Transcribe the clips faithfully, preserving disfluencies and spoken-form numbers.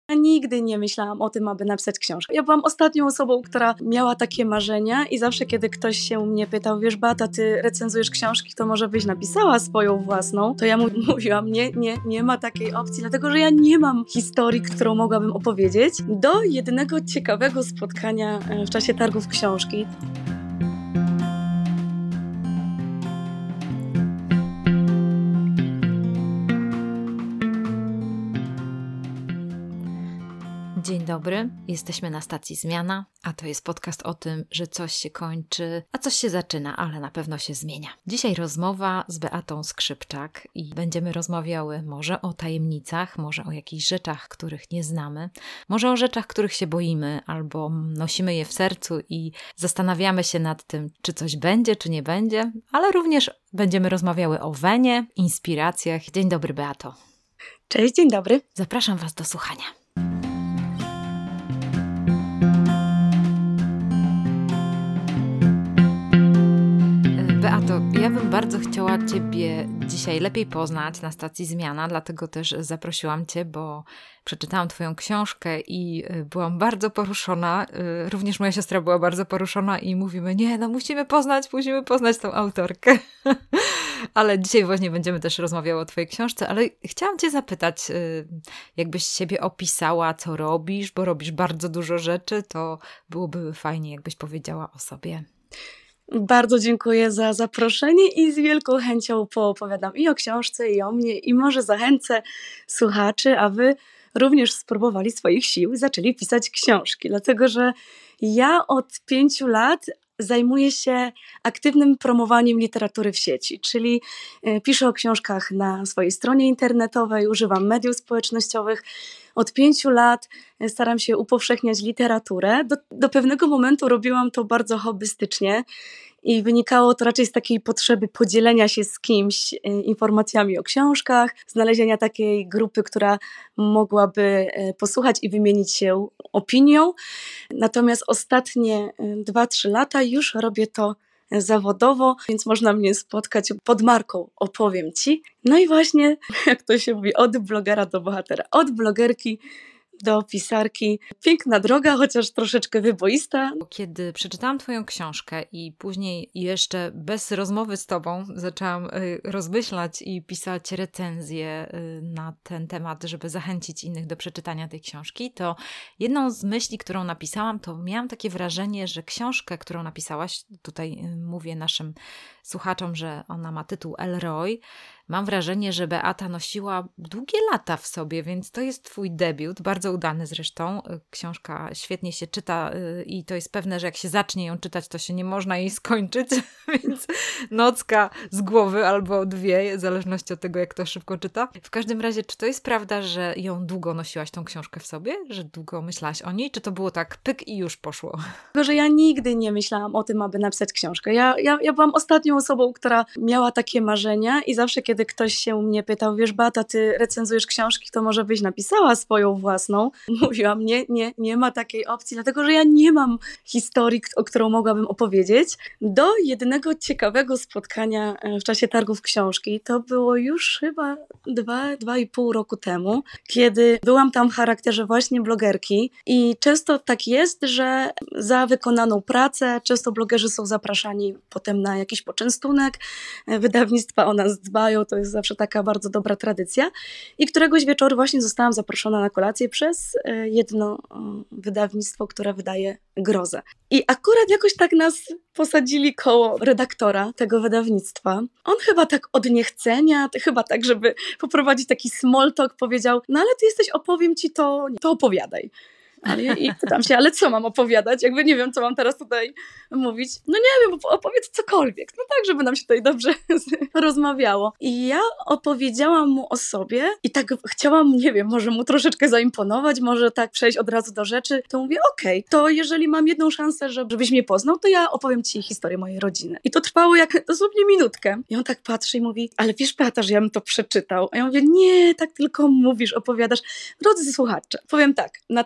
Ja nigdy nie myślałam o tym, aby napisać książkę. Ja byłam ostatnią osobą, która miała takie marzenia i zawsze, kiedy ktoś się mnie pytał, wiesz, Beata, ty recenzujesz książki, to może byś napisała swoją własną, to ja mu mówiłam, nie, nie, nie ma takiej opcji, dlatego, że ja nie mam historii, którą mogłabym opowiedzieć. Do jednego ciekawego spotkania w czasie targów książki. Dzień dobry, jesteśmy na stacji Zmiana, a to jest podcast o tym, że coś się kończy, a coś się zaczyna, ale na pewno się zmienia. Dzisiaj rozmowa z Beatą Skrzypczak i będziemy rozmawiały może o tajemnicach, może o jakichś rzeczach, których nie znamy, może o rzeczach, których się boimy albo nosimy je w sercu i zastanawiamy się nad tym, czy coś będzie, czy nie będzie, ale również będziemy rozmawiały o wenie, inspiracjach. Dzień dobry, Beato. Cześć, dzień dobry. Zapraszam Was do słuchania. Beato, ja bym bardzo chciała Ciebie dzisiaj lepiej poznać na stacji Zmiana, dlatego też zaprosiłam Cię, bo przeczytałam Twoją książkę i byłam bardzo poruszona. Również moja siostra była bardzo poruszona i mówimy, nie, no musimy poznać, musimy poznać tą autorkę. Ale dzisiaj właśnie będziemy też rozmawiały o Twojej książce, ale chciałam Cię zapytać, jakbyś siebie opisała, co robisz, bo robisz bardzo dużo rzeczy, to byłoby fajnie, jakbyś powiedziała o sobie. Bardzo dziękuję za zaproszenie i z wielką chęcią poopowiadam i o książce, i o mnie, i może zachęcę słuchaczy, a wy również spróbowali swoich sił i zaczęli pisać książki, dlatego że ja od pięciu lat zajmuję się aktywnym promowaniem literatury w sieci, czyli piszę o książkach na swojej stronie internetowej, używam mediów społecznościowych. Od pięciu lat staram się upowszechniać literaturę. Do, do pewnego momentu robiłam to bardzo hobbystycznie i wynikało to raczej z takiej potrzeby podzielenia się z kimś informacjami o książkach, znalezienia takiej grupy, która mogłaby posłuchać i wymienić się opinią. Natomiast ostatnie dwa trzy lata już robię to zawodowo, więc można mnie spotkać pod marką Opowiem Ci. No i właśnie, jak to się mówi, od blogera do bohatera, od blogerki do pisarki. Piękna droga, chociaż troszeczkę wyboista. Kiedy przeczytałam Twoją książkę i później jeszcze bez rozmowy z Tobą zaczęłam rozmyślać i pisać recenzje na ten temat, żeby zachęcić innych do przeczytania tej książki, to jedną z myśli, którą napisałam, to miałam takie wrażenie, że książkę, którą napisałaś, tutaj mówię naszym słuchaczom, że ona ma tytuł Elroy, mam wrażenie, że Beata nosiła długie lata w sobie, więc to jest Twój debiut, bardzo udany zresztą. Książka świetnie się czyta i to jest pewne, że jak się zacznie ją czytać, to się nie można jej skończyć, więc nocka z głowy albo dwie, w zależności od tego, jak to szybko czyta. W każdym razie, czy to jest prawda, że ją długo nosiłaś tą książkę w sobie? Że długo myślałaś o niej? Czy to było tak pyk i już poszło? Tylko, że ja nigdy nie myślałam o tym, aby napisać książkę. Ja, ja, ja byłam ostatnią osobą, która miała takie marzenia i zawsze, kiedy ktoś się mnie pytał, wiesz, Beata, ty recenzujesz książki, to może byś napisała swoją własną. Mówiłam, nie, nie, nie ma takiej opcji, dlatego, że ja nie mam historii, o którą mogłabym opowiedzieć. Do jednego ciekawego spotkania w czasie targów książki, to było już chyba dwa, dwa i pół roku temu, kiedy byłam tam w charakterze właśnie blogerki i często tak jest, że za wykonaną pracę często blogerzy są zapraszani potem na jakiś poczęstunek, wydawnictwa o nas dbają, to jest zawsze taka bardzo dobra tradycja i któregoś wieczoru właśnie zostałam zaproszona na kolację przez jedno wydawnictwo, które wydaje grozę. I akurat jakoś tak nas posadzili koło redaktora tego wydawnictwa. On chyba tak od niechcenia, chyba tak, żeby poprowadzić taki small talk, powiedział, no ale ty jesteś, opowiem ci to, to opowiadaj. Ale ja, i pytam się, ale co mam opowiadać? Jakby nie wiem, co mam teraz tutaj mówić. No nie wiem, opowiedz cokolwiek. No tak, żeby nam się tutaj dobrze rozmawiało. I ja opowiedziałam mu o sobie i tak chciałam, nie wiem, może mu troszeczkę zaimponować, może tak przejść od razu do rzeczy. To mówię, okej, okay, to jeżeli mam jedną szansę, żebyś mnie poznał, to ja opowiem ci historię mojej rodziny. I to trwało jak dosłownie minutkę. I on tak patrzy i mówi, ale wiesz, Beata, że ja bym to przeczytał. A ja mówię, nie, tak tylko mówisz, opowiadasz. Drodzy słuchacze, powiem tak, na takich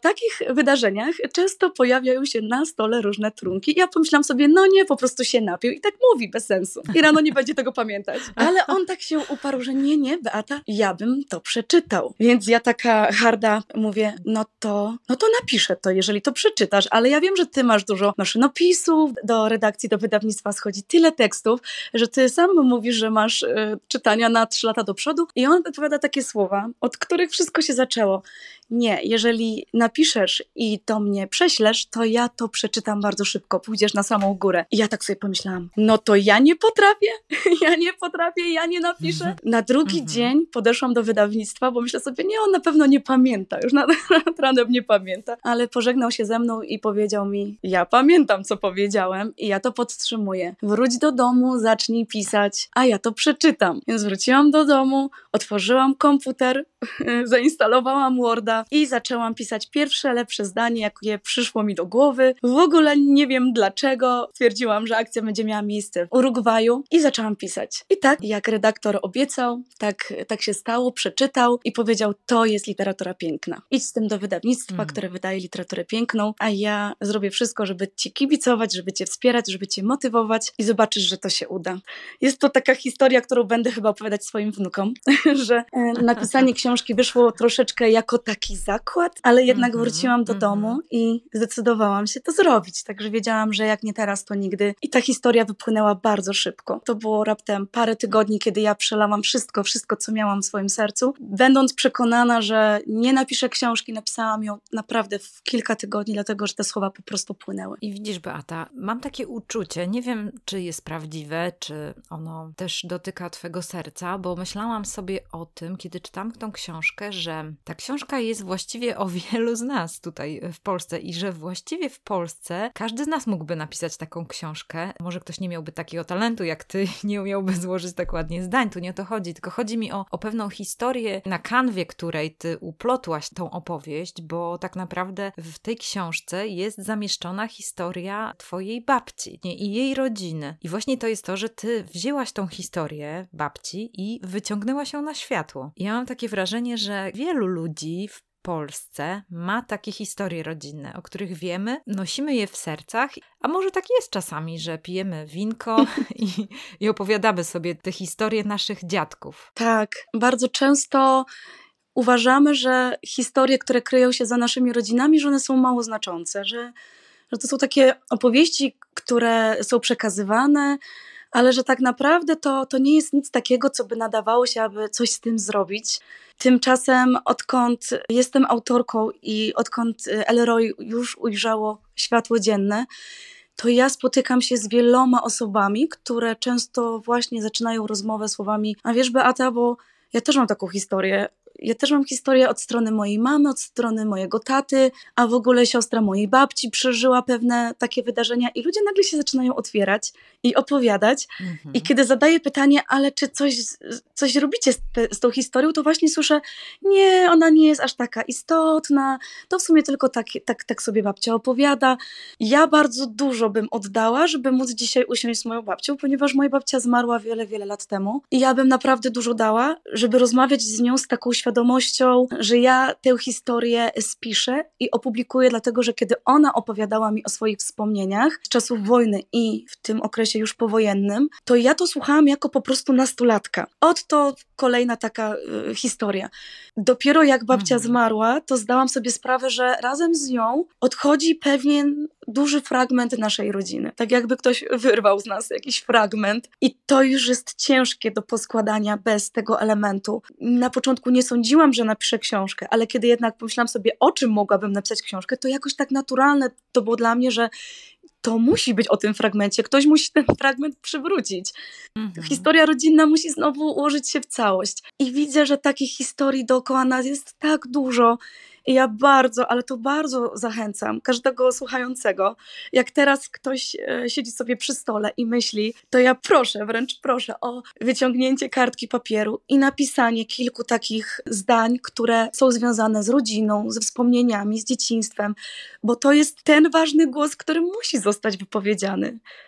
wydarzeniach często pojawiają się na stole różne trunki. Ja pomyślałam sobie, no nie, po prostu się napił i tak mówi bez sensu. I rano nie będzie tego pamiętać. Ale on tak się uparł, że nie, nie, Beata, ja bym to przeczytał. Więc ja taka harda mówię, no to, no to napiszę to, jeżeli to przeczytasz, ale ja wiem, że ty masz dużo maszynopisów, do redakcji, do wydawnictwa schodzi tyle tekstów, że ty sam mówisz, że masz y, czytania na trzy lata do przodu i on wypowiada takie słowa, od których wszystko się zaczęło. Nie, jeżeli napiszesz i to mnie prześlesz, to ja to przeczytam bardzo szybko, pójdziesz na samą górę. I ja tak sobie pomyślałam, no to ja nie potrafię, ja nie potrafię, ja nie napiszę. Na drugi mhm. dzień podeszłam do wydawnictwa, bo myślę sobie, nie, on na pewno nie pamięta, już nad, nad ranem nie pamięta, ale pożegnał się ze mną i powiedział mi, ja pamiętam, co powiedziałem i ja to podtrzymuję. Wróć do domu, zacznij pisać, a ja to przeczytam. Więc wróciłam do domu, otworzyłam komputer, zainstalowałam Worda i zaczęłam pisać pierwsze lepsze zdanie, jakie przyszło mi do głowy. W ogóle nie wiem dlaczego. Stwierdziłam, że akcja będzie miała miejsce w Urugwaju i zaczęłam pisać. I tak, jak redaktor obiecał, tak, tak się stało, przeczytał i powiedział, to jest literatura piękna. Idź z tym do wydawnictwa, mm. które wydaje literaturę piękną, a ja zrobię wszystko, żeby ci kibicować, żeby cię wspierać, żeby cię motywować i zobaczysz, że to się uda. Jest to taka historia, którą będę chyba opowiadać swoim wnukom, że napisanie książki wyszło troszeczkę jako taki zakład, ale jednak mm-hmm, wróciłam do mm-hmm. domu i zdecydowałam się to zrobić. Także wiedziałam, że jak nie teraz, to nigdy. I ta historia wypłynęła bardzo szybko. To było raptem parę tygodni, kiedy ja przelałam wszystko, wszystko, co miałam w swoim sercu. Będąc przekonana, że nie napiszę książki, napisałam ją naprawdę w kilka tygodni, dlatego, że te słowa po prostu płynęły. I widzisz, Beata, mam takie uczucie, nie wiem, czy jest prawdziwe, czy ono też dotyka twojego serca, bo myślałam sobie o tym, kiedy czytam tą książkę, że ta książka jest właściwie o wielu z nas tutaj w Polsce i że właściwie w Polsce każdy z nas mógłby napisać taką książkę. Może ktoś nie miałby takiego talentu jak ty, nie umiałby złożyć tak ładnie zdań, tu nie o to chodzi, tylko chodzi mi o, o pewną historię, na kanwie której ty uplotłaś tą opowieść, bo tak naprawdę w tej książce jest zamieszczona historia twojej babci nie? I jej rodziny. I właśnie to jest to, że ty wzięłaś tą historię babci i wyciągnęłaś ją na światło. I ja mam takie wrażenie, że wielu ludzi w Polsce ma takie historie rodzinne, o których wiemy, nosimy je w sercach, a może tak jest czasami, że pijemy winko i, i opowiadamy sobie te historie naszych dziadków. Tak, bardzo często uważamy, że historie, które kryją się za naszymi rodzinami, że one są mało znaczące, że, że to są takie opowieści, które są przekazywane, ale że tak naprawdę to, to nie jest nic takiego, co by nadawało się, aby coś z tym zrobić. Tymczasem odkąd jestem autorką i odkąd Elroy już ujrzało światło dzienne, to ja spotykam się z wieloma osobami, które często właśnie zaczynają rozmowę słowami, a wiesz, Beata, bo ja też mam taką historię. Ja też mam historię od strony mojej mamy, od strony mojego taty, a w ogóle siostra mojej babci przeżyła pewne takie wydarzenia i ludzie nagle się zaczynają otwierać i opowiadać. Mm-hmm. I kiedy zadaję pytanie, ale czy coś, coś robicie z, te, z tą historią, to właśnie słyszę, nie, ona nie jest aż taka istotna, to w sumie tylko tak, tak, tak sobie babcia opowiada. Ja bardzo dużo bym oddała, żeby móc dzisiaj usiąść z moją babcią, ponieważ moja babcia zmarła wiele, wiele lat temu i ja bym naprawdę dużo dała, żeby rozmawiać z nią z taką świadomością, że ja tę historię spiszę i opublikuję, dlatego że kiedy ona opowiadała mi o swoich wspomnieniach z czasów wojny i w tym okresie już powojennym, to ja to słuchałam jako po prostu nastolatka. Oto kolejna taka y, historia. Dopiero jak babcia mhm. zmarła, to zdałam sobie sprawę, że razem z nią odchodzi pewien duży fragment naszej rodziny. Tak jakby ktoś wyrwał z nas jakiś fragment i to już jest ciężkie do poskładania bez tego elementu. Na początku nie sądziłam, że napiszę książkę, ale kiedy jednak pomyślałam sobie, o czym mogłabym napisać książkę, to jakoś tak naturalne to było dla mnie, że to musi być o tym fragmencie. Ktoś musi ten fragment przywrócić. Mhm. Historia rodzinna musi znowu ułożyć się w całość. I widzę, że takich historii dookoła nas jest tak dużo. I ja bardzo, ale to bardzo zachęcam każdego słuchającego. Jak teraz ktoś e, siedzi sobie przy stole i myśli, to ja proszę, wręcz proszę o wyciągnięcie kartki papieru i napisanie kilku takich zdań, które są związane z rodziną, ze wspomnieniami, z dzieciństwem, bo to jest ten ważny głos, który musi zostać wypowiedziany.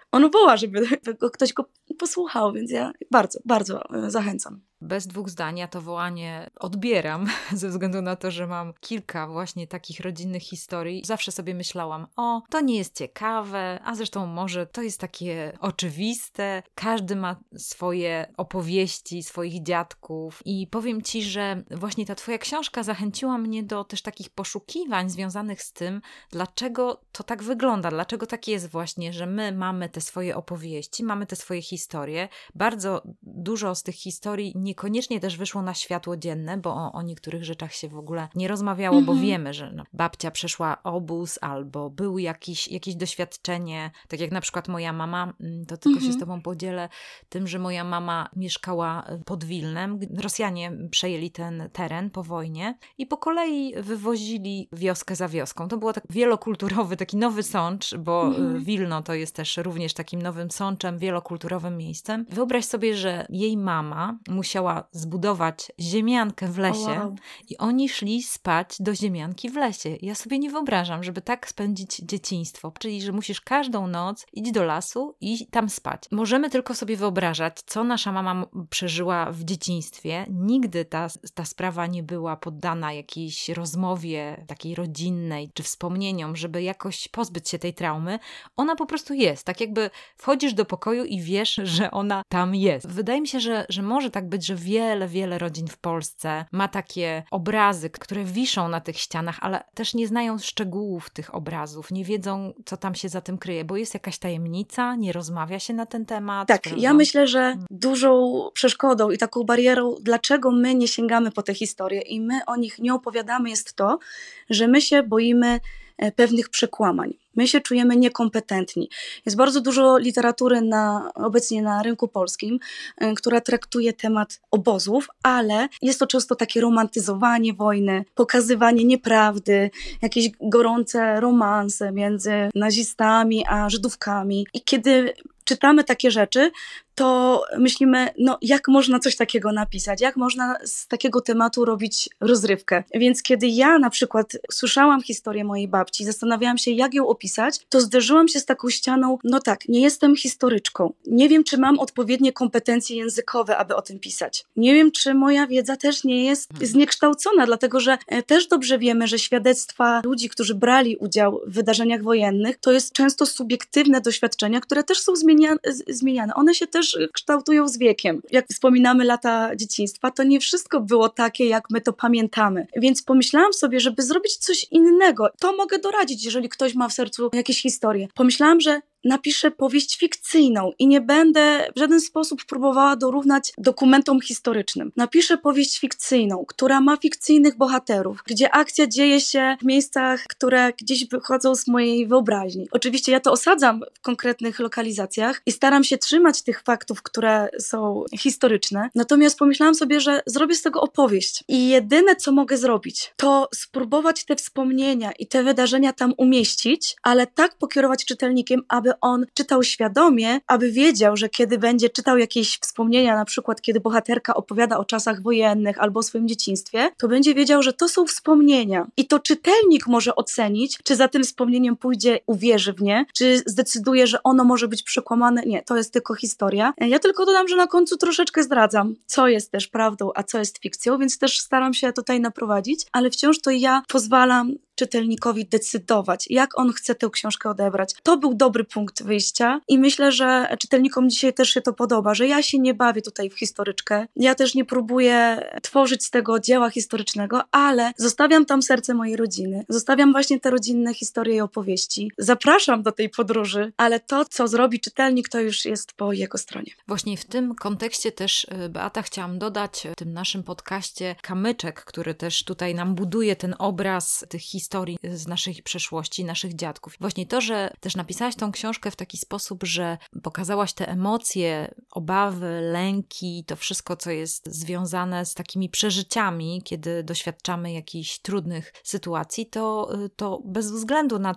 on woła, żeby go, ktoś go posłuchał, więc ja bardzo, bardzo zachęcam. Bez dwóch zdań ja to wołanie odbieram, ze względu na to, że mam kilka właśnie takich rodzinnych historii. Zawsze sobie myślałam, o, to nie jest ciekawe, a zresztą może to jest takie oczywiste. Każdy ma swoje opowieści, swoich dziadków i powiem Ci, że właśnie ta Twoja książka zachęciła mnie do też takich poszukiwań związanych z tym, dlaczego to tak wygląda, dlaczego tak jest właśnie, że my mamy te swoje opowieści, mamy te swoje historie. Bardzo dużo z tych historii niekoniecznie też wyszło na światło dzienne, bo o, o niektórych rzeczach się w ogóle nie rozmawiało, mhm. bo wiemy, że no, babcia przeszła obóz albo było jakiś, jakieś doświadczenie, tak jak na przykład moja mama, to tylko mhm. się z Tobą podzielę tym, że moja mama mieszkała pod Wilnem. Rosjanie przejęli ten teren po wojnie i po kolei wywozili wioskę za wioską. To było tak wielokulturowy, taki nowy sącz, bo mhm. Wilno to jest też również takim nowym sączem, wielokulturowym miejscem. Wyobraź sobie, że jej mama musiała zbudować ziemiankę w lesie oh, wow. i oni szli spać do ziemianki w lesie. Ja sobie nie wyobrażam, żeby tak spędzić dzieciństwo. Czyli, że musisz każdą noc iść do lasu i tam spać. Możemy tylko sobie wyobrażać, co nasza mama przeżyła w dzieciństwie. Nigdy ta, ta sprawa nie była poddana jakiejś rozmowie takiej rodzinnej, czy wspomnieniom, żeby jakoś pozbyć się tej traumy. Ona po prostu jest. Tak jakby wchodzisz do pokoju i wiesz, że ona tam jest. Wydaje mi się, że, że może tak być, że wiele, wiele rodzin w Polsce ma takie obrazy, które wiszą na tych ścianach, ale też nie znają szczegółów tych obrazów, nie wiedzą, co tam się za tym kryje, bo jest jakaś tajemnica, nie rozmawia się na ten temat. Tak, prawda? Ja myślę, że dużą przeszkodą i taką barierą, dlaczego my nie sięgamy po te historie i my o nich nie opowiadamy, jest to, że my się boimy pewnych przekłamań. My się czujemy niekompetentni. Jest bardzo dużo literatury na, obecnie na rynku polskim, która traktuje temat obozów, ale jest to często takie romantyzowanie wojny, pokazywanie nieprawdy, jakieś gorące romanse między nazistami a Żydówkami. I kiedy czytamy takie rzeczy, to myślimy, no jak można coś takiego napisać, jak można z takiego tematu robić rozrywkę. Więc kiedy ja na przykład słyszałam historię mojej babci, zastanawiałam się, jak ją opisać, to zderzyłam się z taką ścianą, no tak, nie jestem historyczką. Nie wiem, czy mam odpowiednie kompetencje językowe, aby o tym pisać. Nie wiem, czy moja wiedza też nie jest zniekształcona, dlatego że też dobrze wiemy, że świadectwa ludzi, którzy brali udział w wydarzeniach wojennych, to jest często subiektywne doświadczenia, które też są zmieniane. zmieniane. One się też kształtują z wiekiem. Jak wspominamy lata dzieciństwa, to nie wszystko było takie, jak my to pamiętamy. Więc pomyślałam sobie, żeby zrobić coś innego. To mogę doradzić, jeżeli ktoś ma w sercu jakieś historie. Pomyślałam, że napiszę powieść fikcyjną i nie będę w żaden sposób próbowała dorównać dokumentom historycznym. Napiszę powieść fikcyjną, która ma fikcyjnych bohaterów, gdzie akcja dzieje się w miejscach, które gdzieś wychodzą z mojej wyobraźni. Oczywiście ja to osadzam w konkretnych lokalizacjach i staram się trzymać tych faktów, które są historyczne. Natomiast pomyślałam sobie, że zrobię z tego opowieść. I jedyne, co mogę zrobić, to spróbować te wspomnienia i te wydarzenia tam umieścić, ale tak pokierować czytelnikiem, aby on czytał świadomie, aby wiedział, że kiedy będzie czytał jakieś wspomnienia, na przykład kiedy bohaterka opowiada o czasach wojennych albo o swoim dzieciństwie, to będzie wiedział, że to są wspomnienia. I to czytelnik może ocenić, czy za tym wspomnieniem pójdzie, uwierzy w nie, czy zdecyduje, że ono może być przekłamane. Nie, to jest tylko historia. Ja tylko dodam, że na końcu troszeczkę zdradzam, co jest też prawdą, a co jest fikcją, więc też staram się tutaj naprowadzić, ale wciąż to ja pozwalam czytelnikowi decydować, jak on chce tę książkę odebrać. To był dobry punkt wyjścia i myślę, że czytelnikom dzisiaj też się to podoba, że ja się nie bawię tutaj w historyczkę. Ja też nie próbuję tworzyć z tego dzieła historycznego, ale zostawiam tam serce mojej rodziny. Zostawiam właśnie te rodzinne historie i opowieści. Zapraszam do tej podróży, ale to, co zrobi czytelnik, to już jest po jego stronie. Właśnie w tym kontekście też, Beata, chciałam dodać w tym naszym podcaście kamyczek, który też tutaj nam buduje ten obraz tych historii, historii z naszej przeszłości, naszych dziadków. Właśnie to, że też napisałaś tą książkę w taki sposób, że pokazałaś te emocje, obawy, lęki, to wszystko, co jest związane z takimi przeżyciami, kiedy doświadczamy jakichś trudnych sytuacji, to, to bez względu na to,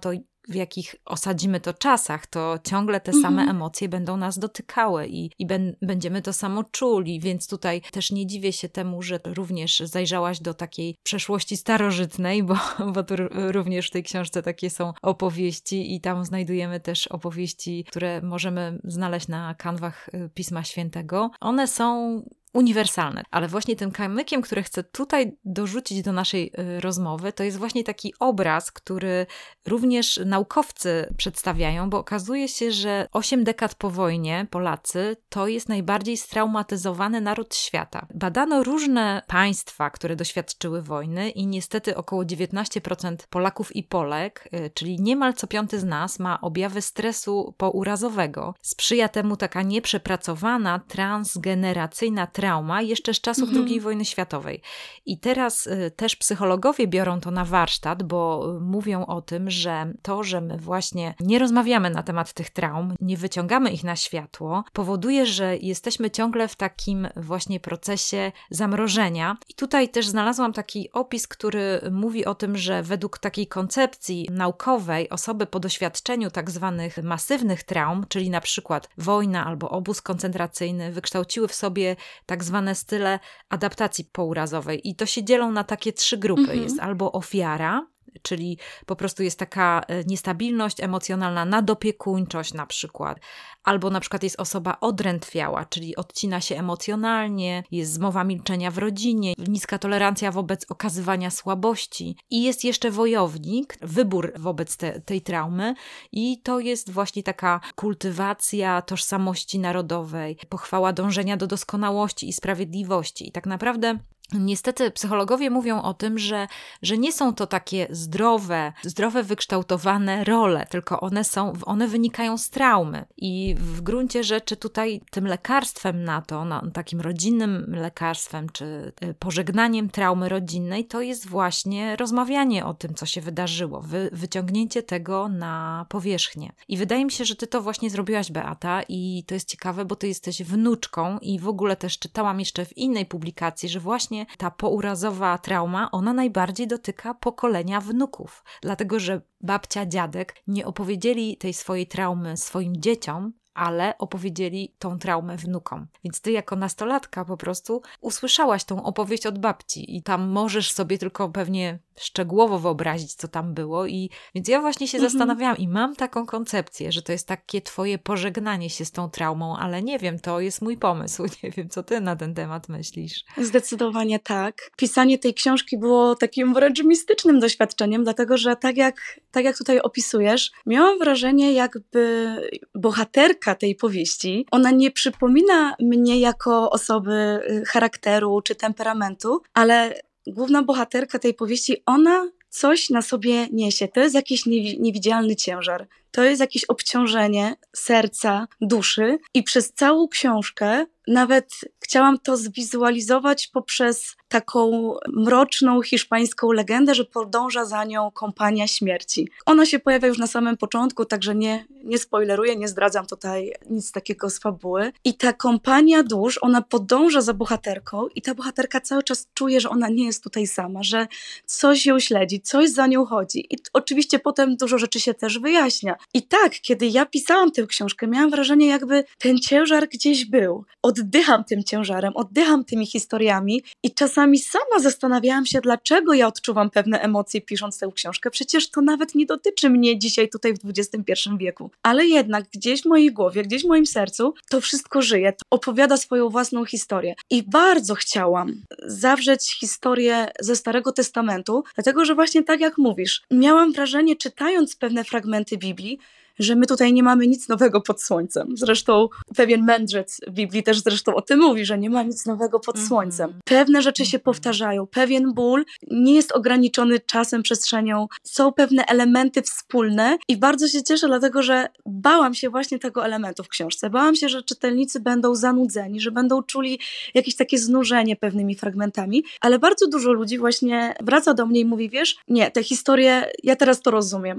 w jakich osadzimy to czasach, to ciągle te Mhm. same emocje będą nas dotykały i, i ben, będziemy to samo czuli, więc tutaj też nie dziwię się temu, że również zajrzałaś do takiej przeszłości starożytnej, bo, bo tu również w tej książce takie są opowieści i tam znajdujemy też opowieści, które możemy znaleźć na kanwach Pisma Świętego. One są uniwersalne. Ale właśnie tym kamykiem, który chcę tutaj dorzucić do naszej y, rozmowy, to jest właśnie taki obraz, który również naukowcy przedstawiają, bo okazuje się, że osiem dekad po wojnie Polacy to jest najbardziej straumatyzowany naród świata. Badano różne państwa, które doświadczyły wojny i niestety około dziewiętnaście procent Polaków i Polek, y, czyli niemal co piąty z nas, ma objawy stresu pourazowego. Sprzyja temu taka nieprzepracowana, transgeneracyjna trauma jeszcze z czasów Mhm. drugiej wojny światowej. I teraz y, też psychologowie biorą to na warsztat, bo y, mówią o tym, że to, że my właśnie nie rozmawiamy na temat tych traum, nie wyciągamy ich na światło, powoduje, że jesteśmy ciągle w takim właśnie procesie zamrożenia. I tutaj też znalazłam taki opis, który mówi o tym, że według takiej koncepcji naukowej osoby po doświadczeniu tak zwanych masywnych traum, czyli na przykład wojna albo obóz koncentracyjny, wykształciły w sobie tak zwane style adaptacji pourazowej. I to się dzielą na takie trzy grupy. Mhm. Jest albo ofiara, czyli po prostu jest taka niestabilność emocjonalna, nadopiekuńczość na przykład. Albo na przykład jest osoba odrętwiała, czyli odcina się emocjonalnie, jest zmowa milczenia w rodzinie, niska tolerancja wobec okazywania słabości. I jest jeszcze wojownik, wybór wobec te, tej traumy i to jest właśnie taka kultywacja tożsamości narodowej, pochwała dążenia do doskonałości i sprawiedliwości. I tak naprawdę niestety psychologowie mówią o tym, że, że nie są to takie zdrowe, zdrowe, wykształtowane role, tylko one są, one wynikają z traumy. I w gruncie rzeczy tutaj tym lekarstwem na to, no, takim rodzinnym lekarstwem, czy pożegnaniem traumy rodzinnej, to jest właśnie rozmawianie o tym, co się wydarzyło, wy, wyciągnięcie tego na powierzchnię. I wydaje mi się, że ty to właśnie zrobiłaś, Beata, i to jest ciekawe, bo ty jesteś wnuczką i w ogóle też czytałam jeszcze w innej publikacji, że właśnie ta pourazowa trauma, ona najbardziej dotyka pokolenia wnuków. Dlatego, że babcia, dziadek nie opowiedzieli tej swojej traumy swoim dzieciom, ale opowiedzieli tą traumę wnukom. Więc ty jako nastolatka po prostu usłyszałaś tą opowieść od babci i tam możesz sobie tylko pewnie szczegółowo wyobrazić, co tam było. I więc ja właśnie się Mhm. zastanawiałam i mam taką koncepcję, że to jest takie twoje pożegnanie się z tą traumą, ale nie wiem, to jest mój pomysł. Nie wiem, co ty na ten temat myślisz. Zdecydowanie tak. Pisanie tej książki było takim wręcz mistycznym doświadczeniem, dlatego że tak jak, tak jak tutaj opisujesz, miałam wrażenie, jakby bohaterka tej powieści, ona nie przypomina mnie jako osoby charakteru czy temperamentu, ale główna bohaterka tej powieści, ona coś na sobie niesie. To jest jakiś niewi- niewidzialny ciężar. To jest jakieś obciążenie serca, duszy i przez całą książkę nawet chciałam to zwizualizować poprzez taką mroczną hiszpańską legendę, że podąża za nią kompania śmierci. Ona się pojawia już na samym początku, także nie, nie spoileruję, nie zdradzam tutaj nic takiego z fabuły. I ta kompania dusz, ona podąża za bohaterką i ta bohaterka cały czas czuje, że ona nie jest tutaj sama, że coś ją śledzi, coś za nią chodzi. I oczywiście potem dużo rzeczy się też wyjaśnia. I tak, kiedy ja pisałam tę książkę, miałam wrażenie, jakby ten ciężar gdzieś był. Oddycham tym ciężarem, oddycham tymi historiami i czasami sama zastanawiałam się, dlaczego ja odczuwam pewne emocje pisząc tę książkę. Przecież to nawet nie dotyczy mnie dzisiaj tutaj w dwudziestym pierwszym wieku. Ale jednak gdzieś w mojej głowie, gdzieś w moim sercu to wszystko żyje, to opowiada swoją własną historię. I bardzo chciałam zawrzeć historię ze Starego Testamentu, dlatego że właśnie tak jak mówisz, miałam wrażenie, czytając pewne fragmenty Biblii, że my tutaj nie mamy nic nowego pod słońcem. Zresztą pewien mędrzec w Biblii też zresztą o tym mówi, że nie ma nic nowego pod Mhm. słońcem. Pewne rzeczy się Mhm. powtarzają, pewien ból nie jest ograniczony czasem, przestrzenią. Są pewne elementy wspólne i bardzo się cieszę, dlatego że bałam się właśnie tego elementu w książce. Bałam się, że czytelnicy będą zanudzeni, że będą czuli jakieś takie znużenie pewnymi fragmentami, ale bardzo dużo ludzi właśnie wraca do mnie i mówi, wiesz, nie, te historie, ja teraz to rozumiem.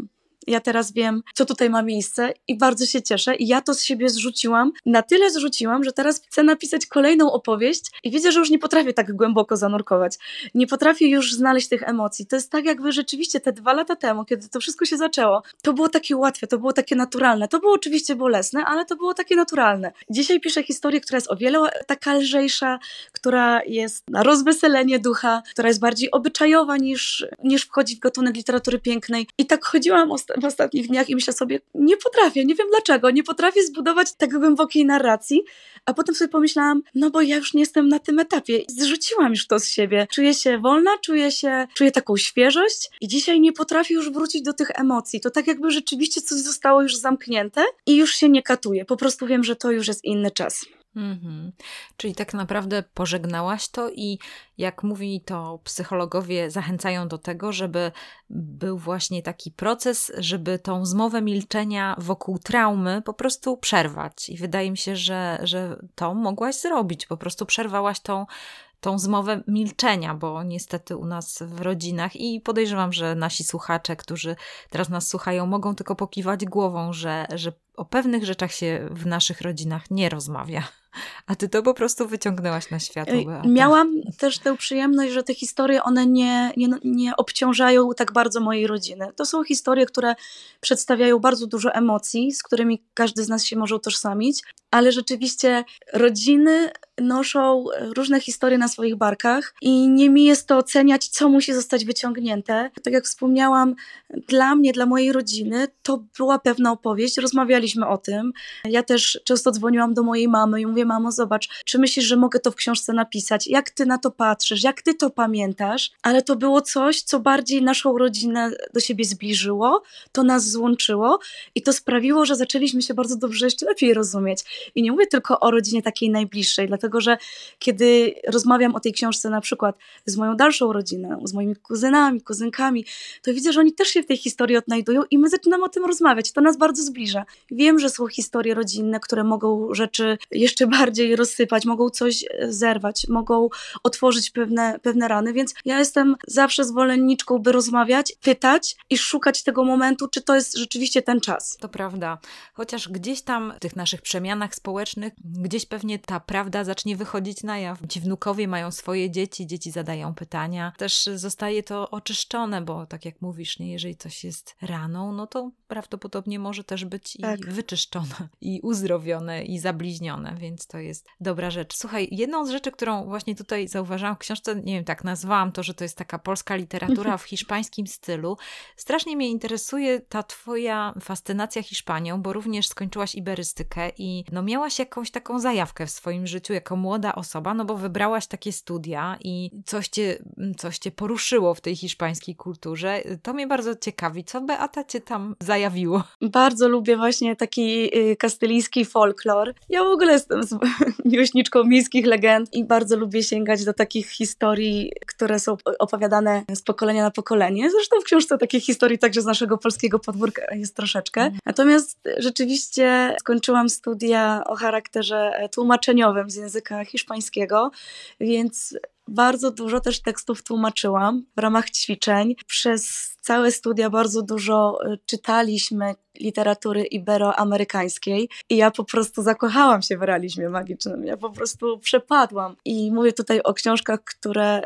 ja teraz wiem, co tutaj ma miejsce i bardzo się cieszę i ja to z siebie zrzuciłam, na tyle zrzuciłam, że teraz chcę napisać kolejną opowieść i widzę, że już nie potrafię tak głęboko zanurkować. Nie potrafię już znaleźć tych emocji. To jest tak jakby rzeczywiście te dwa lata temu, kiedy to wszystko się zaczęło, to było takie łatwe, to było takie naturalne. To było oczywiście bolesne, ale to było takie naturalne. Dzisiaj piszę historię, która jest o wiele taka lżejsza, która jest na rozweselenie ducha, która jest bardziej obyczajowa niż, niż wchodzi w gatunek literatury pięknej. I tak chodziłam osta- w ostatnich dniach i myślę sobie, nie potrafię, nie wiem dlaczego, nie potrafię zbudować tak głębokiej narracji, a potem sobie pomyślałam, no bo ja już nie jestem na tym etapie. Zrzuciłam już to z siebie. Czuję się wolna, czuję się, czuję taką świeżość i dzisiaj nie potrafię już wrócić do tych emocji. To tak jakby rzeczywiście coś zostało już zamknięte i już się nie katuję. Po prostu wiem, że to już jest inny czas. Mhm. Czyli tak naprawdę pożegnałaś to i jak mówi to psychologowie zachęcają do tego, żeby był właśnie taki proces, żeby tą zmowę milczenia wokół traumy po prostu przerwać. I wydaje mi się, że, że to mogłaś zrobić. Po prostu przerwałaś tą tą zmowę milczenia, bo niestety u nas w rodzinach i podejrzewam, że nasi słuchacze, którzy teraz nas słuchają, mogą tylko pokiwać głową, że, że o pewnych rzeczach się w naszych rodzinach nie rozmawia. A ty to po prostu wyciągnęłaś na światło, Beata. Miałam też tę przyjemność, że te historie, one nie, nie, nie obciążają tak bardzo mojej rodziny. To są historie, które przedstawiają bardzo dużo emocji, z którymi każdy z nas się może utożsamić, ale rzeczywiście rodziny noszą różne historie na swoich barkach i nie mi jest to oceniać, co musi zostać wyciągnięte. Tak jak wspomniałam, dla mnie, dla mojej rodziny to była pewna opowieść, rozmawialiśmy o tym. Ja też często dzwoniłam do mojej mamy i mówię, mamo, zobacz, czy myślisz, że mogę to w książce napisać? Jak ty na to patrzysz? Jak ty to pamiętasz? Ale to było coś, co bardziej naszą rodzinę do siebie zbliżyło, to nas złączyło i to sprawiło, że zaczęliśmy się bardzo dobrze jeszcze lepiej rozumieć. I nie mówię tylko o rodzinie takiej najbliższej, dlatego że kiedy rozmawiam o tej książce na przykład z moją dalszą rodziną, z moimi kuzynami, kuzynkami, to widzę, że oni też się w tej historii odnajdują i my zaczynamy o tym rozmawiać. To nas bardzo zbliża. Wiem, że są historie rodzinne, które mogą rzeczy jeszcze bardziej rozsypać, mogą coś zerwać, mogą otworzyć pewne, pewne rany, więc ja jestem zawsze zwolenniczką, by rozmawiać, pytać i szukać tego momentu, czy to jest rzeczywiście ten czas. To prawda. Chociaż gdzieś tam w tych naszych przemianach społecznych, gdzieś pewnie ta prawda zacznie wychodzić na jaw. Ci wnukowie mają swoje dzieci, dzieci zadają pytania. Też zostaje to oczyszczone, bo tak jak mówisz, nie, jeżeli coś jest raną, no to prawdopodobnie może też być tak. i wyczyszczone, i uzdrowione, i zabliźnione, więc to jest dobra rzecz. Słuchaj, jedną z rzeczy, którą właśnie tutaj zauważyłam w książce, nie wiem, tak nazwałam to, że to jest taka polska literatura w hiszpańskim stylu. Strasznie mnie interesuje ta twoja fascynacja Hiszpanią, bo również skończyłaś iberystykę i no miałaś jakąś taką zajawkę w swoim życiu jako młoda osoba, no bo wybrałaś takie studia i coś cię, coś cię poruszyło w tej hiszpańskiej kulturze. To mnie bardzo ciekawi. Co, Beata, cię tam zajawiło? Bardzo lubię właśnie taki y, kastylijski folklor. Ja w ogóle jestem miłośniczką miejskich legend i bardzo lubię sięgać do takich historii, które są opowiadane z pokolenia na pokolenie. Zresztą w książce takich historii także z naszego polskiego podwórka jest troszeczkę. Mm. Natomiast rzeczywiście skończyłam studia o charakterze tłumaczeniowym z języka hiszpańskiego, więc bardzo dużo też tekstów tłumaczyłam w ramach ćwiczeń. Przez całe studia bardzo dużo czytaliśmy literatury iberoamerykańskiej i ja po prostu zakochałam się w realizmie magicznym. Ja po prostu przepadłam. I mówię tutaj o książkach, które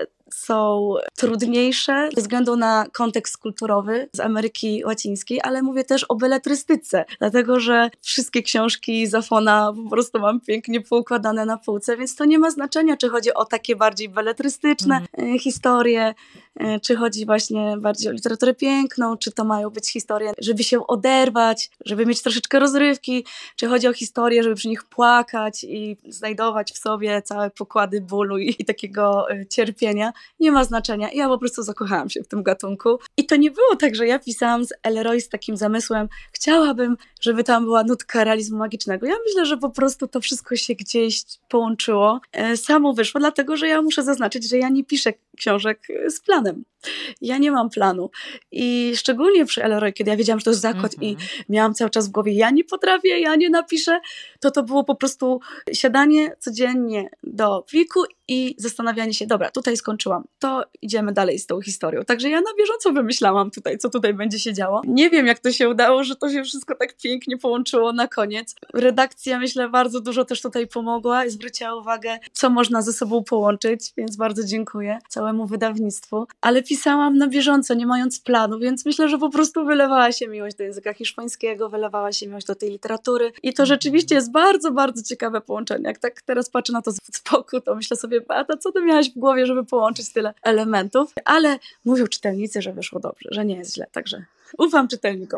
są trudniejsze ze względu na kontekst kulturowy z Ameryki Łacińskiej, ale mówię też o beletrystyce, dlatego że wszystkie książki Zafona po prostu mam pięknie poukładane na półce, więc to nie ma znaczenia, czy chodzi o takie bardziej beletrystyczne mm. historie, czy chodzi właśnie bardziej o literaturę piękną, czy to mają być historie, żeby się oderwać, żeby mieć troszeczkę rozrywki, czy chodzi o historie, żeby przy nich płakać i znajdować w sobie całe pokłady bólu i, i takiego cierpienia. Nie ma znaczenia. Ja po prostu zakochałam się w tym gatunku. I to nie było tak, że ja pisałam z Elroy z takim zamysłem, chciałabym, żeby tam była nutka realizmu magicznego. Ja myślę, że po prostu to wszystko się gdzieś połączyło. Samo wyszło, dlatego że ja muszę zaznaczyć, że ja nie piszę książek z planem. Ja nie mam planu. I szczególnie przy Elroy, kiedy ja wiedziałam, że to jest zakład mm-hmm. i miałam cały czas w głowie, ja nie potrafię, ja nie napiszę, to to było po prostu siadanie codziennie do pliku i zastanawianie się, dobra, tutaj skończyłam, to idziemy dalej z tą historią. Także ja na bieżąco wymyślałam tutaj, co tutaj będzie się działo. Nie wiem, jak to się udało, że to się wszystko tak pięknie połączyło na koniec. Redakcja, myślę, bardzo dużo też tutaj pomogła i zwróciła uwagę, co można ze sobą połączyć, więc bardzo dziękuję całemu wydawnictwu. Ale pisałam na bieżąco, nie mając planu, więc myślę, że po prostu wylewała się miłość do języka hiszpańskiego, wylewała się miłość do tej literatury i to rzeczywiście jest bardzo, bardzo ciekawe połączenie. Jak tak teraz patrzę na to z boku, to myślę sobie, Beata, co ty miałaś w głowie, żeby połączyć tyle elementów? Ale mówią czytelnicy, że wyszło dobrze, że nie jest źle, także ufam czytelnikom.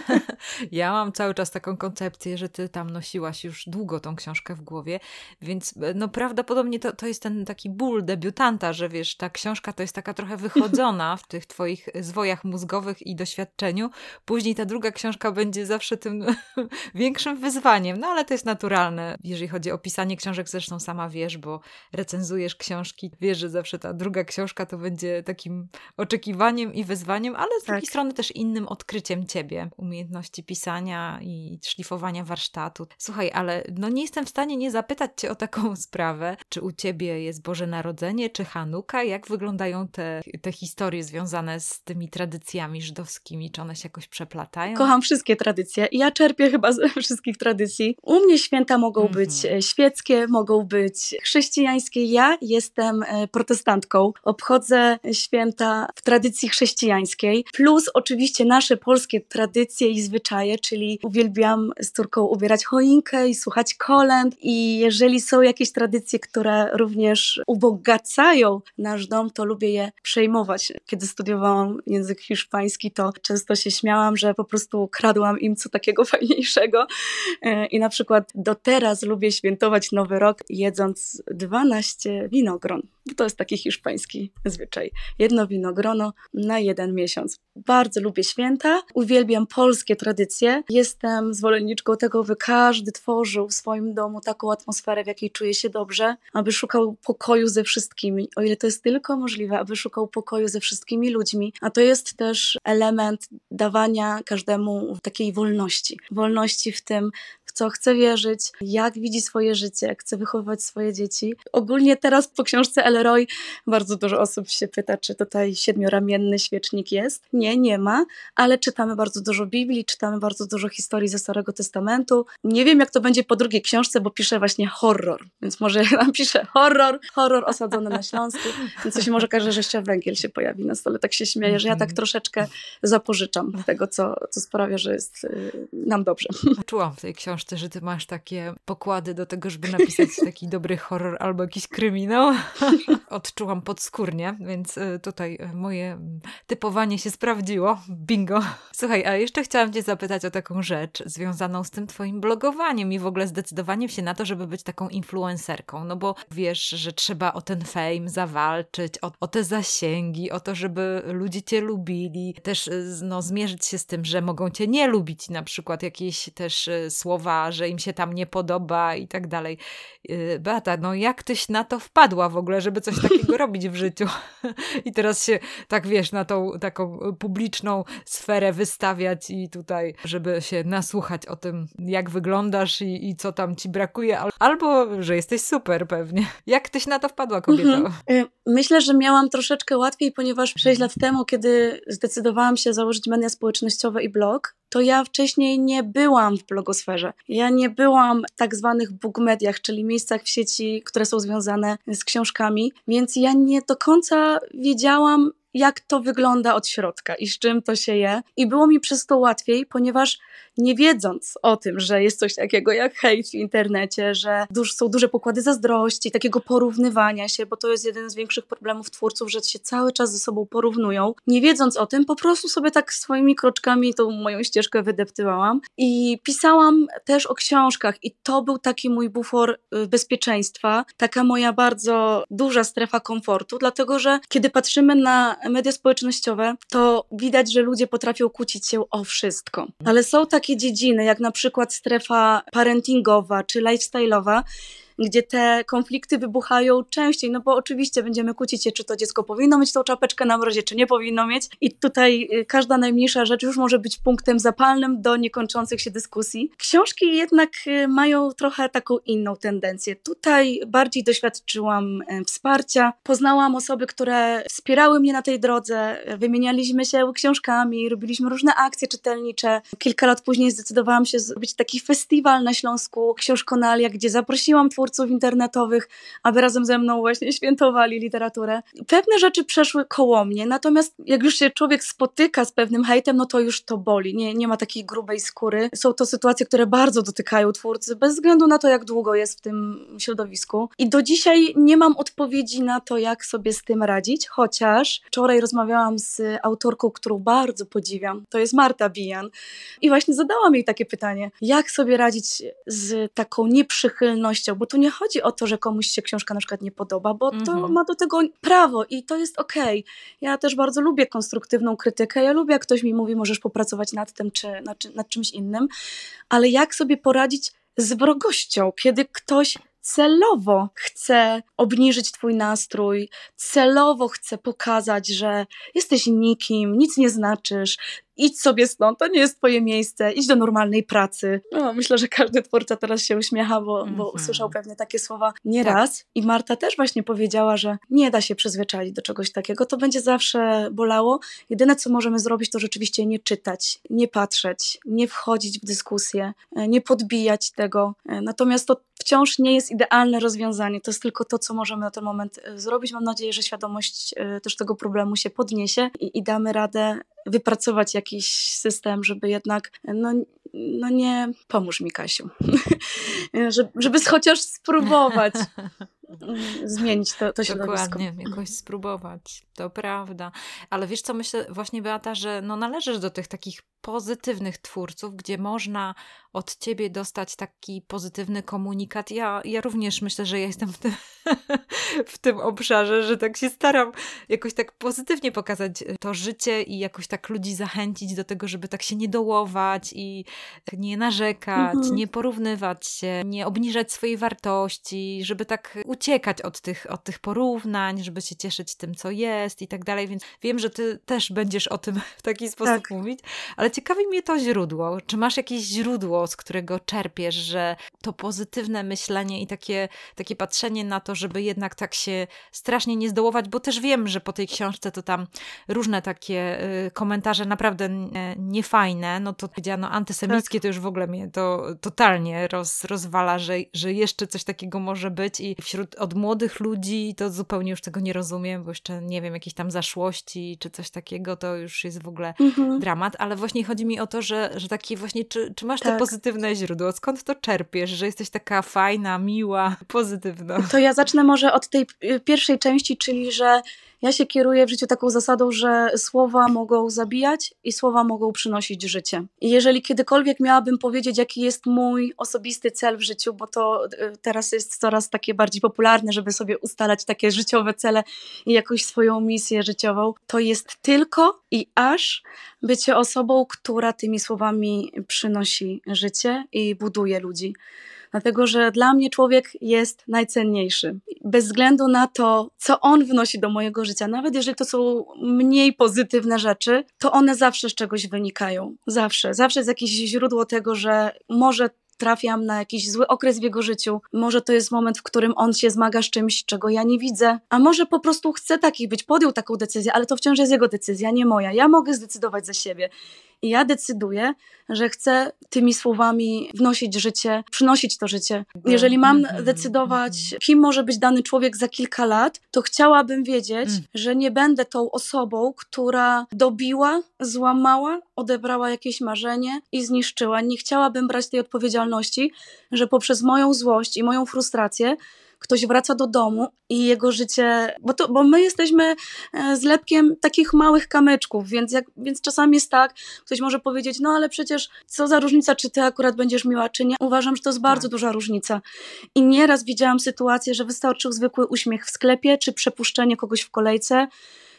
Ja mam cały czas taką koncepcję, że ty tam nosiłaś już długo tą książkę w głowie, więc no prawdopodobnie to, to jest ten taki ból debiutanta, że wiesz, ta książka to jest taka trochę wychodzona w tych twoich zwojach mózgowych i doświadczeniu. Później ta druga książka będzie zawsze tym większym wyzwaniem, no ale to jest naturalne. Jeżeli chodzi o pisanie książek, zresztą sama wiesz, bo recenzujesz książki, wiesz, że zawsze ta druga książka to będzie takim oczekiwaniem i wyzwaniem, ale z drugiej tak. strony też innym odkryciem ciebie, umiejętności pisania i szlifowania warsztatu. Słuchaj, ale no nie jestem w stanie nie zapytać cię o taką sprawę. Czy u ciebie jest Boże Narodzenie, czy Hanuka? Jak wyglądają te, te historie związane z tymi tradycjami żydowskimi? Czy one się jakoś przeplatają? Kocham wszystkie tradycje. Ja czerpię chyba ze wszystkich tradycji. U mnie święta mogą mm-hmm. być świeckie, mogą być chrześcijańskie. Ja jestem protestantką. Obchodzę święta w tradycji chrześcijańskiej. Plus oczywiście nasze polskie tradycje i zwyczaje, czyli uwielbiam z córką ubierać choinkę i słuchać kolęd i jeżeli są jakieś tradycje, które również ubogacają nasz dom, to lubię je przejmować. Kiedy studiowałam język hiszpański, to często się śmiałam, że po prostu kradłam im co takiego fajniejszego i na przykład do teraz lubię świętować Nowy Rok jedząc dwanaście winogron. To jest taki hiszpański zwyczaj. Jedno winogrono na jeden miesiąc. Bardzo lubię święta, uwielbiam polskie tradycje. Jestem zwolenniczką tego, by każdy tworzył w swoim domu taką atmosferę, w jakiej czuje się dobrze, aby szukał pokoju ze wszystkimi, o ile to jest tylko możliwe, aby szukał pokoju ze wszystkimi ludźmi. A to jest też element dawania każdemu takiej wolności. Wolności w tym, w co chce wierzyć, jak widzi swoje życie, jak chce wychowywać swoje dzieci. Ogólnie teraz po książce Elroy bardzo dużo osób się pyta, czy tutaj siedmioramienny świecznik jest. Nie, nie ma, ale czytamy bardzo dużo Biblii, czytamy bardzo dużo historii ze Starego Testamentu. Nie wiem, jak to będzie po drugiej książce, bo piszę właśnie horror, więc może napiszę horror, horror osadzony na Śląsku, więc coś może okaże, że jeszcze węgiel się pojawi na stole. Tak się śmieję, że ja tak troszeczkę zapożyczam tego, co, co sprawia, że jest y, nam dobrze. Czułam w tej książce, że ty masz takie pokłady do tego, żeby napisać taki dobry horror albo jakiś kryminał. Odczułam podskórnie, więc tutaj moje typowanie się sprawdziło. Bingo. Słuchaj, a jeszcze chciałam cię zapytać o taką rzecz związaną z tym twoim blogowaniem i w ogóle zdecydowaniem się na to, żeby być taką influencerką. No bo wiesz, że trzeba o ten fame zawalczyć, o, o te zasięgi, o to, żeby ludzie cię lubili. Też no, zmierzyć się z tym, że mogą cię nie lubić, na przykład jakieś też słowa, że im się tam nie podoba i tak dalej. Beata, no jak tyś na to wpadła w ogóle, żeby coś takiego robić w życiu? I teraz się tak, wiesz, na tą taką publiczną sferę wystawiać i tutaj, żeby się nasłuchać o tym, jak wyglądasz i, i co tam ci brakuje, albo, że jesteś super pewnie. Jak tyś na to wpadła, kobieto? Mhm. Myślę, że miałam troszeczkę łatwiej, ponieważ sześć lat temu, kiedy zdecydowałam się założyć media społecznościowe i blog, to ja wcześniej nie byłam w blogosferze. Ja nie byłam w tak zwanych book mediach, czyli miejscach w sieci, które są związane z książkami, więc ja nie do końca wiedziałam, jak to wygląda od środka i z czym to się je. I było mi przez to łatwiej, ponieważ nie wiedząc o tym, że jest coś takiego jak hejt w internecie, że duż, są duże pokłady zazdrości, takiego porównywania się, bo to jest jeden z większych problemów twórców, że się cały czas ze sobą porównują. Nie wiedząc o tym, po prostu sobie tak swoimi kroczkami tą moją ścieżkę wydeptywałam i pisałam też o książkach i to był taki mój bufor bezpieczeństwa, taka moja bardzo duża strefa komfortu, dlatego że kiedy patrzymy na media społecznościowe, to widać, że ludzie potrafią kłócić się o wszystko. Ale są takie dziedziny, jak na przykład strefa parentingowa czy lifestyle'owa, gdzie te konflikty wybuchają częściej, no bo oczywiście będziemy kłócić się, czy to dziecko powinno mieć tą czapeczkę na mrozie, czy nie powinno mieć i tutaj każda najmniejsza rzecz już może być punktem zapalnym do niekończących się dyskusji. Książki jednak mają trochę taką inną tendencję. Tutaj bardziej doświadczyłam wsparcia, poznałam osoby, które wspierały mnie na tej drodze, wymienialiśmy się książkami, robiliśmy różne akcje czytelnicze. Kilka lat później zdecydowałam się zrobić taki festiwal na Śląsku Książkonalia, gdzie zaprosiłam twórców internetowych, aby razem ze mną właśnie świętowali literaturę. Pewne rzeczy przeszły koło mnie, natomiast jak już się człowiek spotyka z pewnym hejtem, no to już to boli. Nie, nie ma takiej grubej skóry. Są to sytuacje, które bardzo dotykają twórcy, bez względu na to, jak długo jest w tym środowisku. I do dzisiaj nie mam odpowiedzi na to, jak sobie z tym radzić, chociaż wczoraj rozmawiałam z autorką, którą bardzo podziwiam. To jest Marta Bijan. I właśnie zadałam jej takie pytanie, jak sobie radzić z taką nieprzychylnością, bo tu nie chodzi o to, że komuś się książka na przykład nie podoba, bo to Mhm. ma do tego prawo i to jest okej. Ja też bardzo lubię konstruktywną krytykę, ja lubię, jak ktoś mi mówi, możesz popracować nad tym, czy nad, czy nad czymś innym, ale jak sobie poradzić z wrogością, kiedy ktoś celowo chce obniżyć twój nastrój, celowo chce pokazać, że jesteś nikim, nic nie znaczysz, idź sobie stąd, to nie jest twoje miejsce, idź do normalnej pracy. No, myślę, że każdy twórca teraz się uśmiecha, bo, bo Mhm. usłyszał pewnie takie słowa nieraz. I Marta też właśnie powiedziała, że nie da się przyzwyczaić do czegoś takiego, to będzie zawsze bolało. Jedyne, co możemy zrobić, to rzeczywiście nie czytać, nie patrzeć, nie wchodzić w dyskusję, nie podbijać tego. Natomiast to wciąż nie jest idealne rozwiązanie, to jest tylko to, co możemy na ten moment zrobić. Mam nadzieję, że świadomość też tego problemu się podniesie i, i damy radę wypracować jakiś system, żeby jednak, no, no nie, pomóż mi, Kasiu, żeby, żeby chociaż spróbować zmienić to, to środowisko. Dokładnie, jakoś spróbować, to prawda. Ale wiesz co, myślę właśnie, Beata, że no należysz do tych takich pozytywnych twórców, gdzie można od ciebie dostać taki pozytywny komunikat. Ja, ja również myślę, że ja jestem w tym, w tym obszarze, że tak się staram jakoś tak pozytywnie pokazać to życie i jakoś tak ludzi zachęcić do tego, żeby tak się nie dołować i nie narzekać, mhm. nie porównywać się, nie obniżać swojej wartości, żeby tak uciekać od tych, od tych porównań, żeby się cieszyć tym, co jest i tak dalej, więc wiem, że ty też będziesz o tym w taki sposób tak. mówić, ale ciekawi mnie to źródło. Czy masz jakieś źródło, z którego czerpiesz, że to pozytywne myślenie i takie, takie patrzenie na to, żeby jednak tak się strasznie nie zdołować, bo też wiem, że po tej książce to tam różne takie y, komentarze naprawdę y, niefajne, no to powiedziano antysemickie, tak. to już w ogóle mnie to totalnie roz, rozwala, że, że jeszcze coś takiego może być i wśród od młodych ludzi to zupełnie już tego nie rozumiem, bo jeszcze nie wiem, jakieś tam zaszłości czy coś takiego, to już jest w ogóle mhm. dramat, ale właśnie chodzi mi o to, że, że takie właśnie, czy, czy masz tak. te pozytywne źródło? Skąd to czerpiesz, że jesteś taka fajna, miła, pozytywna? To ja zacznę może od tej pierwszej części, czyli że ja się kieruję w życiu taką zasadą, że słowa mogą zabijać i słowa mogą przynosić życie. I jeżeli kiedykolwiek miałabym powiedzieć, jaki jest mój osobisty cel w życiu, bo to teraz jest coraz takie bardziej popularne, żeby sobie ustalać takie życiowe cele i jakąś swoją misję życiową, to jest tylko i aż bycie osobą, która tymi słowami przynosi życie i buduje ludzi. Dlatego, że dla mnie człowiek jest najcenniejszy. Bez względu na to, co on wnosi do mojego życia, nawet jeżeli to są mniej pozytywne rzeczy, to one zawsze z czegoś wynikają. Zawsze. Zawsze jest jakieś źródło tego, że może trafiam na jakiś zły okres w jego życiu, może to jest moment, w którym on się zmaga z czymś, czego ja nie widzę, a może po prostu chce taki być, podjął taką decyzję, ale to wciąż jest jego decyzja, nie moja. Ja mogę zdecydować za siebie. I ja decyduję, że chcę tymi słowami wnosić życie, przynosić to życie. Jeżeli mam decydować, kim może być dany człowiek za kilka lat, to chciałabym wiedzieć, że nie będę tą osobą, która dobiła, złamała, odebrała jakieś marzenie i zniszczyła. Nie chciałabym brać tej odpowiedzialności, że poprzez moją złość i moją frustrację ktoś wraca do domu i jego życie, bo, to, bo my jesteśmy zlepkiem takich małych kamyczków, więc, jak, więc czasami jest tak, ktoś może powiedzieć, no ale przecież co za różnica, czy ty akurat będziesz miła, czy nie. Uważam, że to jest bardzo tak. duża różnica. I nieraz widziałam sytuację, że wystarczył zwykły uśmiech w sklepie, czy przepuszczenie kogoś w kolejce,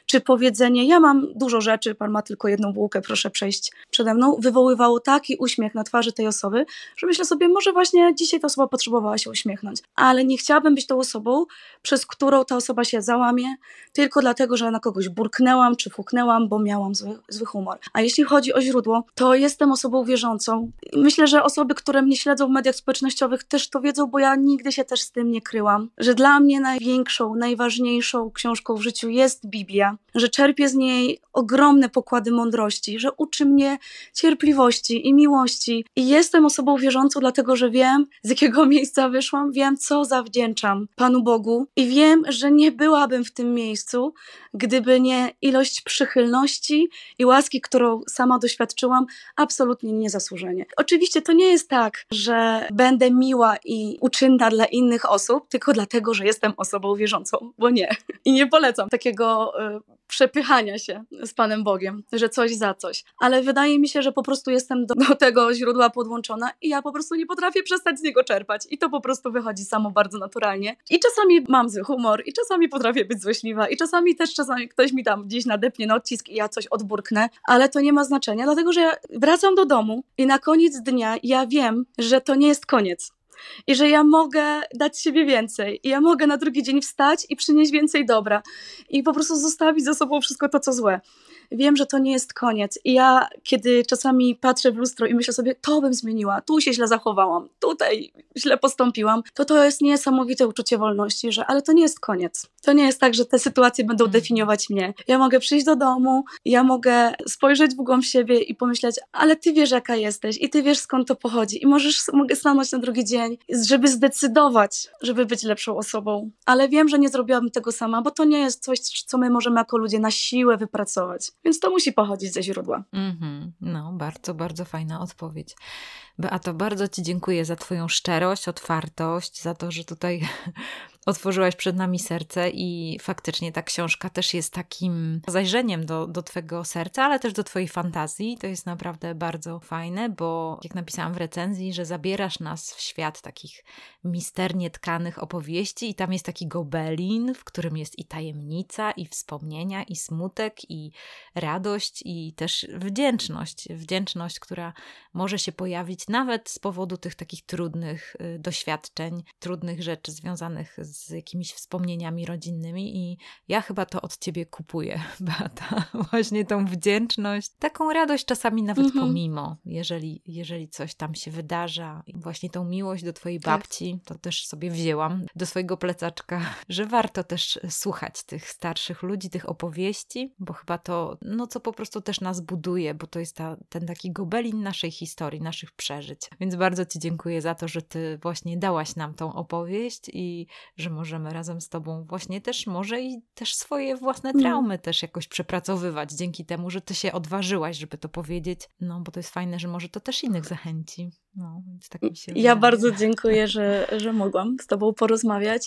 czy powiedzenie, ja mam dużo rzeczy, pan ma tylko jedną bułkę, proszę przejść przede mną, wywoływało taki uśmiech na twarzy tej osoby, że myślę sobie, może właśnie dzisiaj ta osoba potrzebowała się uśmiechnąć, ale nie chciałabym być tą osobą, przez którą ta osoba się załamie, tylko dlatego, że na kogoś burknęłam, czy fuknęłam, bo miałam zły, zły humor. A jeśli chodzi o źródło, to jestem osobą wierzącą. Myślę, że osoby, które mnie śledzą w mediach społecznościowych też to wiedzą, bo ja nigdy się też z tym nie kryłam, że dla mnie największą, najważniejszą książką w życiu jest Biblia, że czerpię z niej ogromne pokłady mądrości, że uczy mnie cierpliwości i miłości i jestem osobą wierzącą, dlatego, że wiem, z jakiego miejsca wyszłam, wiem, co zawdzięczam Panu Bogu i wiem, że nie byłabym w tym miejscu, gdyby nie ilość przychylności i łaski, którą sama doświadczyłam, absolutnie niezasłużenie. Oczywiście to nie jest tak, że będę miła i uczynna dla innych osób, tylko dlatego, że jestem osobą wierzącą, bo nie. I nie polecam takiego y, przepychania się z Panem Bogiem, że coś za coś. Ale wydaje mi się, że po prostu jestem do, do tego źródła podłączona i ja po prostu nie potrafię przestać z niego czerpać. I to po prostu wychodzi samo bardzo naturalnie. I czasami mam zły humor, i czasami potrafię być złośliwa, i czasami też czasami ktoś mi tam gdzieś nadepnie na odcisk i ja coś odburknę, ale to nie ma znaczenia, dlatego że ja wracam do domu i na koniec dnia ja wiem, że to nie jest koniec. I że ja mogę dać siebie więcej. I ja mogę na drugi dzień wstać i przynieść więcej dobra. I po prostu zostawić za sobą wszystko to, co złe. Wiem, że to nie jest koniec. I ja, kiedy czasami patrzę w lustro i myślę sobie, to bym zmieniła, tu się źle zachowałam, tutaj źle postąpiłam, to to jest niesamowite uczucie wolności, że ale to nie jest koniec. To nie jest tak, że te sytuacje będą definiować mnie. Ja mogę przyjść do domu, ja mogę spojrzeć w głąb siebie i pomyśleć, ale ty wiesz, jaka jesteś i ty wiesz, skąd to pochodzi. I możesz, mogę stanąć na drugi dzień, żeby zdecydować, żeby być lepszą osobą. Ale wiem, że nie zrobiłabym tego sama, bo to nie jest coś, co my możemy jako ludzie na siłę wypracować. Więc to musi pochodzić ze źródła. Mm-hmm. No, bardzo, bardzo fajna odpowiedź. Beato, bardzo Ci dziękuję za Twoją szczerość, otwartość, za to, że tutaj otworzyłaś przed nami serce i faktycznie ta książka też jest takim zajrzeniem do, do Twojego serca, ale też do Twojej fantazji. To jest naprawdę bardzo fajne, bo jak napisałam w recenzji, że zabierasz nas w świat takich misternie tkanych opowieści i tam jest taki gobelin, w którym jest i tajemnica, i wspomnienia, i smutek, i radość, i też wdzięczność. Wdzięczność, która może się pojawić nawet z powodu tych takich trudnych y, doświadczeń, trudnych rzeczy związanych z jakimiś wspomnieniami rodzinnymi i ja chyba to od Ciebie kupuję, Beata. Właśnie tą wdzięczność, taką radość czasami nawet mm-hmm. pomimo, jeżeli, jeżeli coś tam się wydarza. I właśnie tą miłość do Twojej babci, to też sobie wzięłam do swojego plecaczka, że warto też słuchać tych starszych ludzi, tych opowieści, bo chyba to, no co po prostu też nas buduje, bo to jest ta, ten taki gobelin naszej historii, naszych przeżyć. Więc bardzo Ci dziękuję za to, że Ty właśnie dałaś nam tą opowieść i że możemy razem z Tobą właśnie też może i też swoje własne traumy mm. też jakoś przepracowywać dzięki temu, że Ty się odważyłaś, żeby to powiedzieć. No, bo to jest fajne, że może to też innych zachęci. No, więc tak mi się Ja wydaje. bardzo dziękuję, że, że mogłam z Tobą porozmawiać.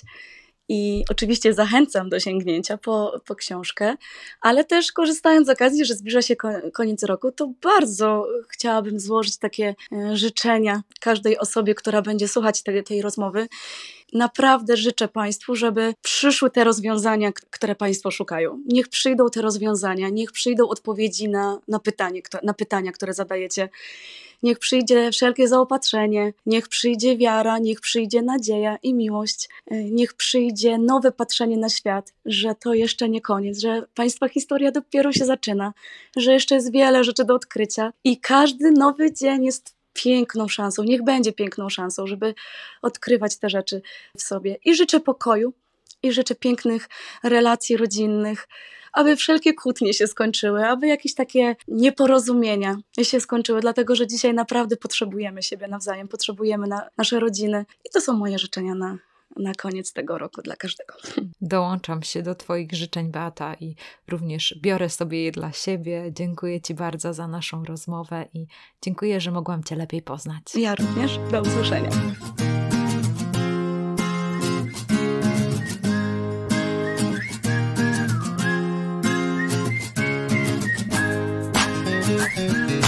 I oczywiście zachęcam do sięgnięcia po, po książkę, ale też korzystając z okazji, że zbliża się koniec roku, to bardzo chciałabym złożyć takie życzenia każdej osobie, która będzie słuchać tej, tej rozmowy. Naprawdę życzę Państwu, żeby przyszły te rozwiązania, które Państwo szukają. Niech przyjdą te rozwiązania, niech przyjdą odpowiedzi na, na, pytanie, na pytania, które zadajecie. Niech przyjdzie wszelkie zaopatrzenie, niech przyjdzie wiara, niech przyjdzie nadzieja i miłość, niech przyjdzie nowe patrzenie na świat, że to jeszcze nie koniec, że Państwa historia dopiero się zaczyna, że jeszcze jest wiele rzeczy do odkrycia i każdy nowy dzień jest piękną szansą, niech będzie piękną szansą, żeby odkrywać te rzeczy w sobie. I życzę pokoju, i życzę pięknych relacji rodzinnych, aby wszelkie kłótnie się skończyły, aby jakieś takie nieporozumienia się skończyły, dlatego że dzisiaj naprawdę potrzebujemy siebie nawzajem, potrzebujemy na nasze rodziny i to są moje życzenia na, na koniec tego roku dla każdego. Dołączam się do Twoich życzeń, Beata, i również biorę sobie je dla siebie. Dziękuję Ci bardzo za naszą rozmowę i dziękuję, że mogłam Cię lepiej poznać. Ja również. Do usłyszenia. Thank you.